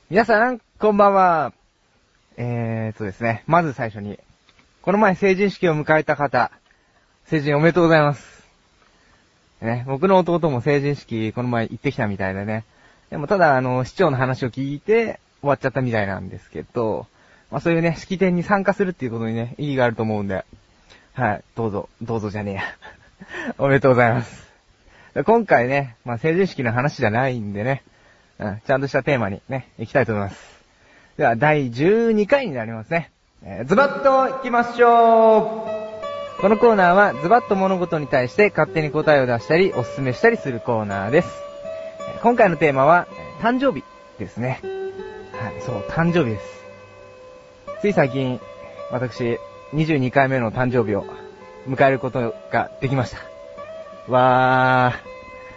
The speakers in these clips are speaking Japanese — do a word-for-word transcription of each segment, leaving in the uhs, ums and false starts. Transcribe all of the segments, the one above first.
皆さん、こんばんは。えーっとですね、まず最初に、この前成人式を迎えた方、成人おめでとうございます。ね、僕の弟も成人式この前行ってきたみたいでね。でもただ、あの、市長の話を聞いて終わっちゃったみたいなんですけど、まあそういうね、式典に参加するっていうことにね、意義があると思うんで、はい、どうぞ、どうぞじゃねえや。おめでとうございます。今回ね、まあ成人式の話じゃないんでね、うん、ちゃんとしたテーマにね、行きたいと思います。では、だいじゅうにかいになりますね。えー、ズバッと行きましょう。このコーナーは、ズバッと物事に対して勝手に答えを出したり、おすすめしたりするコーナーです。えー、今回のテーマは、誕生日ですね。はい、そう、誕生日です。つい最近、私、にじゅうにかいめの誕生日を迎えることができました。わー。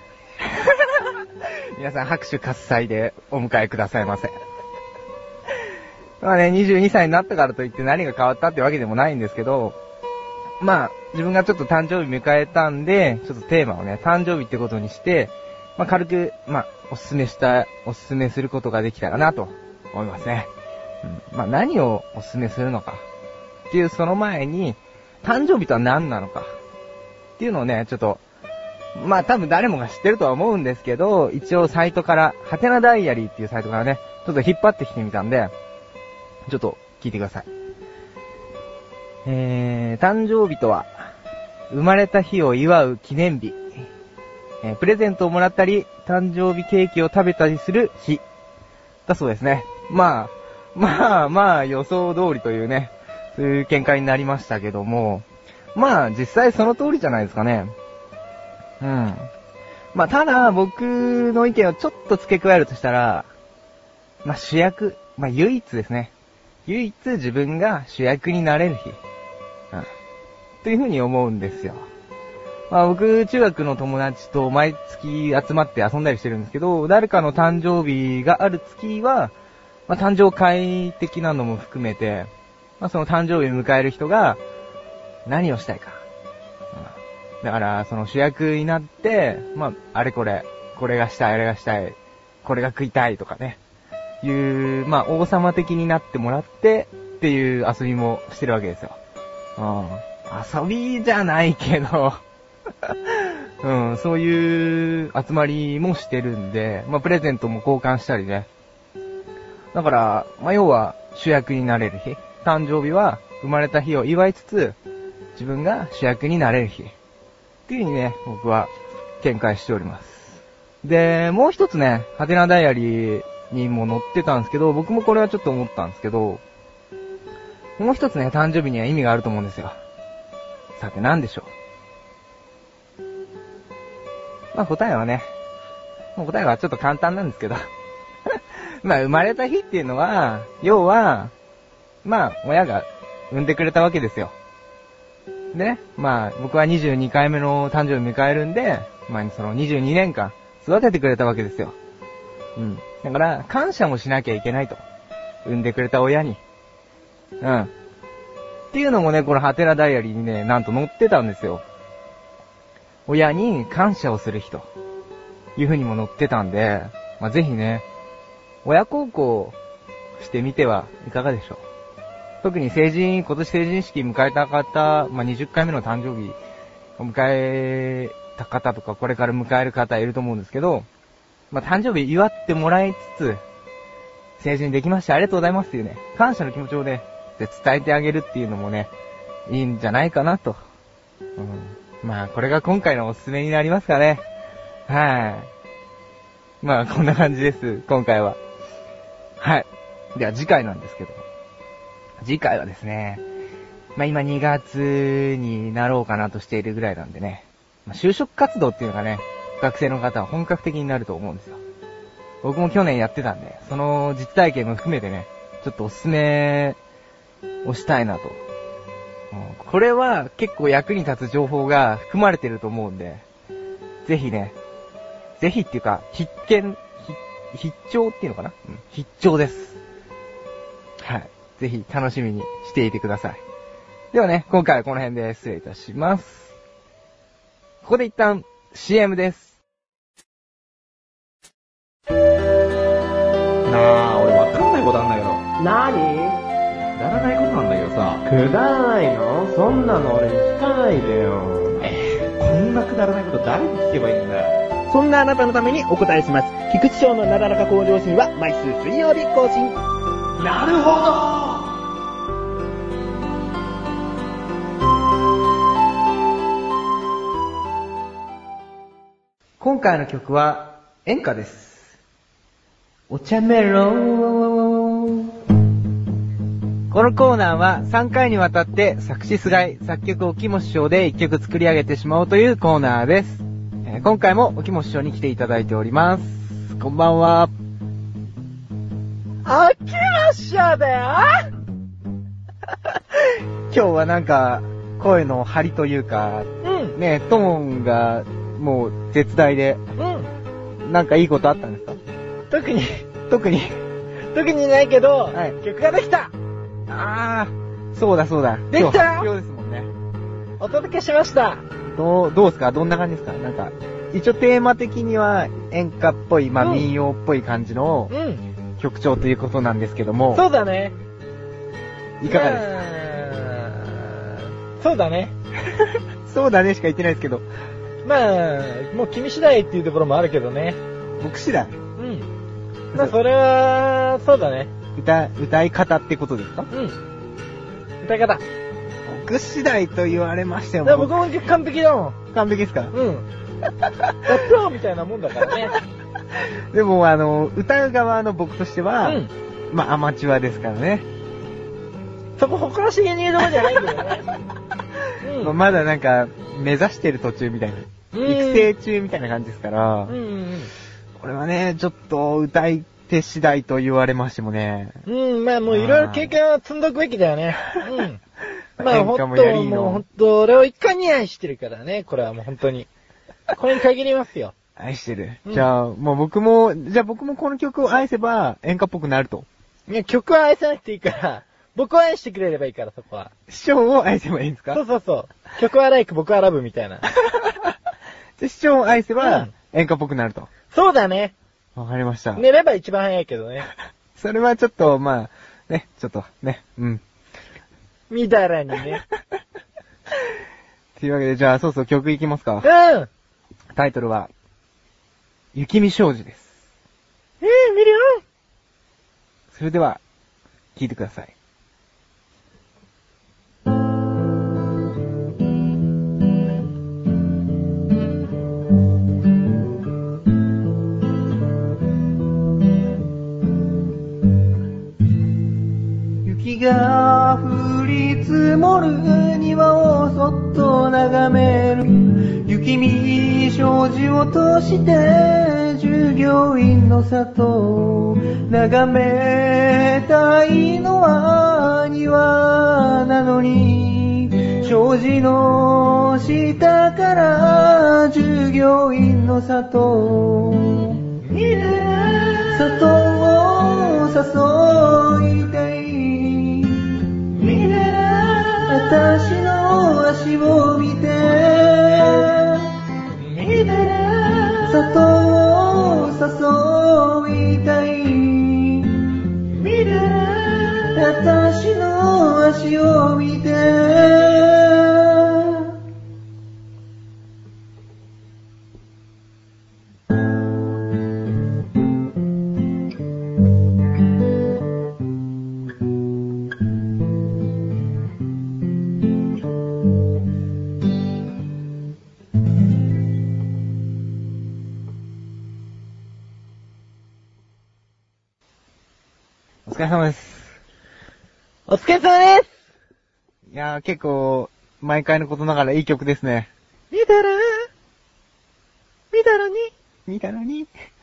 皆さん拍手喝采でお迎えくださいませ。まあね、にじゅうにさいになったからといって何が変わったってわけでもないんですけど、まあ、自分がちょっと誕生日迎えたんで、ちょっとテーマをね、誕生日ってことにして、まあ軽く、まあ、おすすめした、おすすめすることができたらなと思いますね。うん、まあ何をおすすめするのかっていうその前に、誕生日とは何なのかっていうのをね、ちょっと、まあ多分誰もが知ってるとは思うんですけど、一応サイトから、ハテナダイアリーっていうサイトからね、ちょっと引っ張ってきてみたんで、ちょっと聞いてください。えー、誕生日とは、生まれた日を祝う記念日。えー、プレゼントをもらったり、誕生日ケーキを食べたりする日。だそうですね。まあ、まあまあ予想通りというね、そういう見解になりましたけども、まあ実際その通りじゃないですかね。うん。まあただ僕の意見をちょっと付け加えるとしたら、まあ主役、まあ唯一ですね。唯一自分が主役になれる日。うん。というふうに思うんですよ。まあ僕、中学の友達と毎月集まって遊んだりしてるんですけど、誰かの誕生日がある月は、まあ誕生会的なのも含めて、まあその誕生日を迎える人が何をしたいか。うん、だから、その主役になって、まああれこれ、これがしたい、あれがしたい、これが食いたいとかね。いう、まあ王様的になってもらってっていう遊びもしてるわけですよ。うん。遊びじゃないけど、うん、そういう集まりもしてるんで、まあプレゼントも交換したりね。だから、まあ要は主役になれる日。誕生日は生まれた日を祝いつつ、自分が主役になれる日。っていう風にね、僕は見解しております。で、もう一つね、ハテナダイアリーにも載ってたんですけど、僕もこれはちょっと思ったんですけど、もう一つね、誕生日には意味があると思うんですよ。さて何でしょう。まあ答えはね、もう答えはちょっと簡単なんですけど。まあ生まれた日っていうのは、要は、まあ親が産んでくれたわけですよ。でね、まあ僕はにじゅうにかいめの誕生日迎えるんで、まあそのにじゅうにねんかん育ててくれたわけですよ。うん。だから感謝もしなきゃいけないと。産んでくれた親に。うん。っていうのもね、このハテナダイアリーにね、なんと載ってたんですよ。親に感謝をする日という風にも載ってたんで、まあ、ぜひね、親孝行してみてはいかがでしょう。特に成人、今年成人式迎えた方、まあ、にじゅっかいめの誕生日を迎えた方とか、これから迎える方いると思うんですけど、まあ、誕生日祝ってもらいつつ、成人できましたありがとうございますっていうね、感謝の気持ちをね、伝えてあげるっていうのもね、いいんじゃないかなと。うん、まあ、これが今回のおすすめになりますかね。はい。まあ、こんな感じです、今回は。はい。では次回なんですけど。次回はですね、まあ今にがつになろうかなとしているぐらいなんでね、まあ、就職活動っていうのがね、学生の方は本格的になると思うんですよ。僕も去年やってたんで、その実体験も含めてね、ちょっとおすすめをしたいなと。これは結構役に立つ情報が含まれてると思うんで、ぜひね、ぜひっていうか、必見、必聴っていうのかな、うん、必聴です。はい。ぜひ楽しみにしていてください。ではね、今回はこの辺で失礼いたします。ここで一旦 シーエム です。 なあ、俺ことあんだけど。 なに？ くだらないことなんだけどさ。 くだらないの？そんなの俺に聞かないでよ。 えー、こんなくだらないこと誰に聞けばいいんだよ。 そんなあなたのためにお答えします。菊池翔のなだらか向上心は毎週水曜日更新。 なるほど。 今回の曲は演歌です。お茶メロン。このコーナーはさんかいにわたって作詞菅井、作曲おきも師匠でいっきょく作り上げてしまおうというコーナーです。えー、今回もおきも師匠に来ていただいております。こんばんは。 おきも師匠だよ。 今日はなんか声の張りというか、 うん。 ね、トーンがもう絶大で、 うん。 なんかいいことあったんですか？ 特に、 特に。 特にないけど、 はい、 曲ができた。 あー、そうだそうだ。 できたよ。 発表ですもんね。 お届けしました。 どう、どうですか？どんな感じですか？なんか、一応テーマ的には演歌っぽい、まあ、うん、民謡っぽい感じの曲調ということなんですけども。 そうだね。 いかがですか？ そうだね。 そうだねしか言ってないですけど。 まあ、もう君次第っていうところもあるけどね。 僕次第？うん。 まあそれは、そうだね。 歌、歌い方ってことですか？ うん。歌い方。 僕次第と言われましたよ。 僕も完璧だもん。 完璧ですか？ うん。プロみたいなもんだからね。 でもあの、歌う側の僕としては、うん、まあアマチュアですからね。 そこ誇らしげに言うとこじゃないんだよね。 うん、まだなんか、目指してる途中みたいな。育成中みたいな感じですから、うんうんうん、これはね、ちょっと歌い手次第と言われましてもね。 うん、まあもういろいろ経験は積んどくべきだよね。うん。まあほんと、もうほんと、俺をいかに愛してるからね、これはもうほんとに。これに限りますよ。 愛してる。うん、じゃあ、もう僕も、じゃあ僕もこの曲を愛せば演歌っぽくなると。 いや、曲は愛さなくていいから、僕を愛してくれればいいから、そこは。 師匠を愛せばいいんですか？ そうそうそう。曲はライク、僕はラブみたいな。 師匠を愛せば演歌っぽくなると。 そうだね。 わかりました。 寝れば一番早いけどね。 それはちょっと、まあ、ね、ちょっと、ね、うん。 みだらにね。 というわけで、じゃあ、そうそう曲いきますか。 うん。 タイトルは、雪見障子です。 えー、見るよ。 それでは、聞いてください。雪が降り積もる庭をそっと眺める。雪見障子を通して従業員の里を眺めたいのは庭なのに、障子の下から従業員の里を里を誘いたい。私の足を見て里を誘いたい。私の足を見て。お疲れ様です。 お疲れ様です。 いやー結構、毎回のことながらいい曲ですね。 見たら見たのに見たのに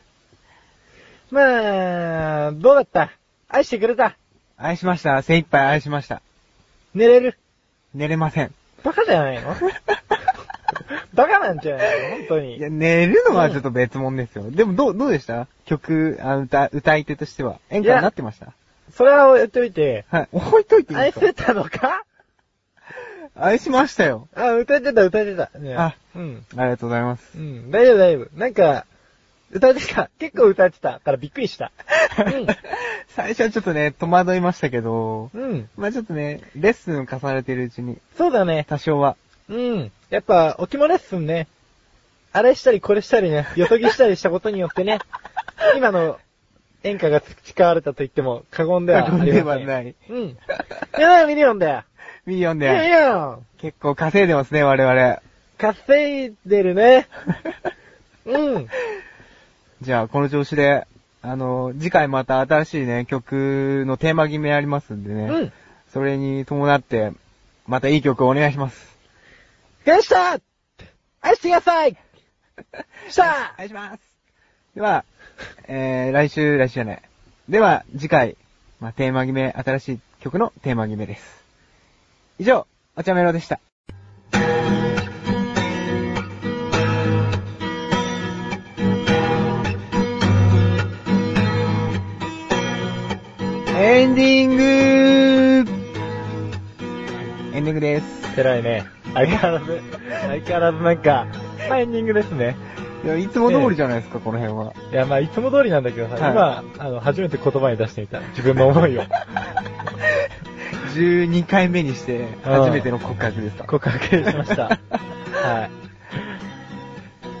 まあ、どうだった？愛してくれた？ 愛しました。精一杯愛しました。 寝れる？ 寝れません。 バカじゃないのバカなんじゃないの本当に。 いや、寝るのはちょっと別物ですよ。うん、でもどう、どうでした曲、あ歌、歌い手としては。演歌になってました？ それは置いといて。 はい。置いといていいですか？ 愛せたのか？ 愛しましたよ。 あ、歌ってた、歌ってた。ね、 あ、うん。ありがとうございます。 うん。大丈夫、大丈夫。なんか、歌ってた。結構歌ってたからびっくりした。うん。 最初はちょっとね、戸惑いましたけど、 うん。 まあちょっとね、レッスン重ねてるうちに、 そうだね。 多少は。 うん。やっぱ、お肝レッスンね。あれしたりこれしたりね、よそぎしたりしたことによってね、今の演歌が培われたと言っても過言ではありません。 過言ではない。 うん。いや、ミリオンだよ。 ミリオンいやいで、 や、 結構稼いでますね、我々。 稼いでるね。うん。 じゃあ、この調子で、あの、次回また新しいね、曲のテーマ決めありますんでね。 うん。 それに伴って、またいい曲をお願いします。 ゲスト愛してくださいしたお願いします。では、えー、来週、来週じゃない。では、次回、まあ、テーマ決め、新しい曲のテーマ決めです。以上、お茶メロでした。エンディングエンディングです。 偉いね。相変わらず、相変わらずなんか、まあ、エンディングですね。 いや、いつも通りじゃないですか、えー、この辺は。 いや、まあ、いつも通りなんだけどさ、はい、今、あの、初めて言葉に出してみた。自分の思いを。 じゅうにかいめにして、初めての告白ですか？ 告白しました。はい。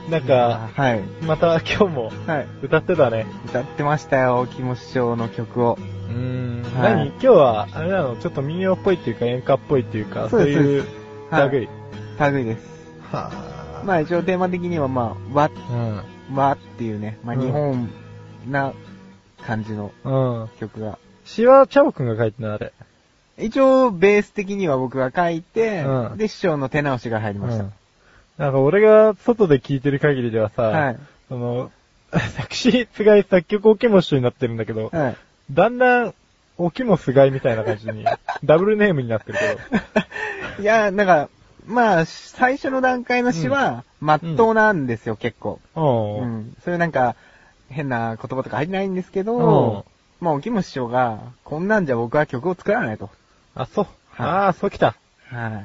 なんか、はい。また今日も、歌ってたね、はい。 歌ってましたよ、キモ師匠の曲を。 うーん。はい、何今日は、あれなのちょっと民謡っぽいっていうか演歌っぽいっていうか、そういう、類。 はい、類です。はぁ。まあ一応テーマ的にはまあ、和、うん、和っていうね、まあ日本な感じの曲が。 詩はチャオくんが書いてないあれ。 一応ベース的には僕が書いて、うん、で師匠の手直しが入りました。うん、 なんか俺が外で聴いてる限りではさ、はい、その、作詞つがい作曲おきも師匠になってるんだけど、はい、だんだんおきもすがいみたいな感じに、ダブルネームになってるけど。いや、なんか、まあ、最初の段階の詩は、まっとうなんですよ、うん、結構。うん。そういうなんか、変な言葉とか入ってないんですけど、まあ、おきも師匠が、こんなんじゃ僕は曲を作らないと。 あ、そう。はい、ああ、そうきた。はい。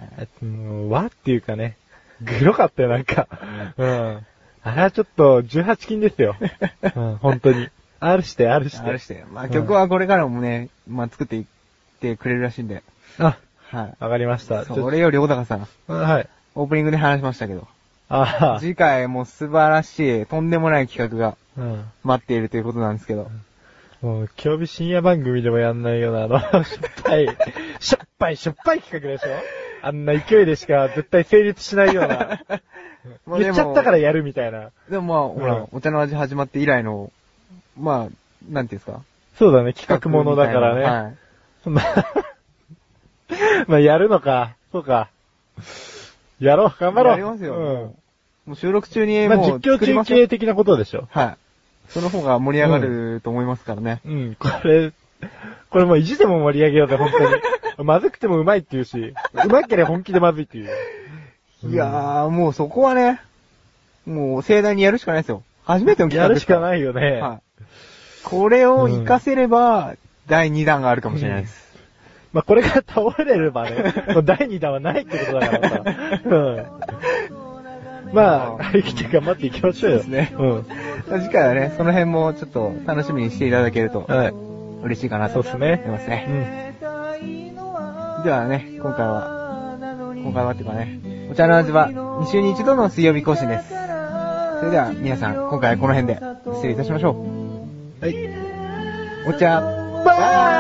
もう、和っていうかね、グロかったよ、なんか。うん。あれはちょっと、じゅうはち禁ですよ。うん、本当に。R して、R して。 R して。まあ、曲はこれからもね、まあ、作っていってくれるらしいんで。 あ、はい。わかりました。 それより小高さん。はい。オープニングで話しましたけど。ああ。次回も素晴らしい、とんでもない企画が、待っているということなんですけど。 うん、もう、今日日深夜番組でもやんないような、あの、しょっぱい、しょっぱい、しょっぱい企画でしょあんな勢いでしか絶対成立しないような。言っちゃったからやるみたいな。 でもまあ、ほら、うん、お茶の味始まって以来の、まあ、なんていうんですか。 そうだね、企画ものだからね。はい。そんな、まあ、やるのか。そうか。やろう、頑張ろう。 やりますよ。うん。もう収録中にもう、まあ、実況中継的なことでしょ。 はい。その方が盛り上がると思いますからね。 うん、うん、これ、これもう意地でも盛り上げようぜ、本当に。まずくてもうまいって言うし、うまければ本気でまずいって言う。 いやー、もうそこはね、もう盛大にやるしかないですよ。初めての企画ですから。やるしかないよね。はい。 これを活かせれば、だいにだんがあるかもしれないです。 うん、まあ、これが倒れればね、だいにだんはないってことだからさ。うん。まあ、張り切って頑張っていきましょうよ。 そうですね。うん。次回はね、その辺もちょっと楽しみにしていただけると、はい。嬉しいかなと思いますね。うん。ではね、今回は、今回はっていうかね、お茶の味はに週にいちどの水曜日更新です。それでは皆さん、今回はこの辺で失礼いたしましょう。はい。お茶、バ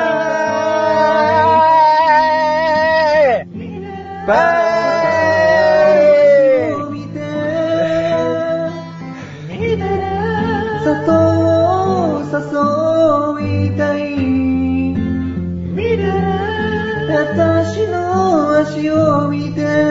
ーイバーイ私の足を見て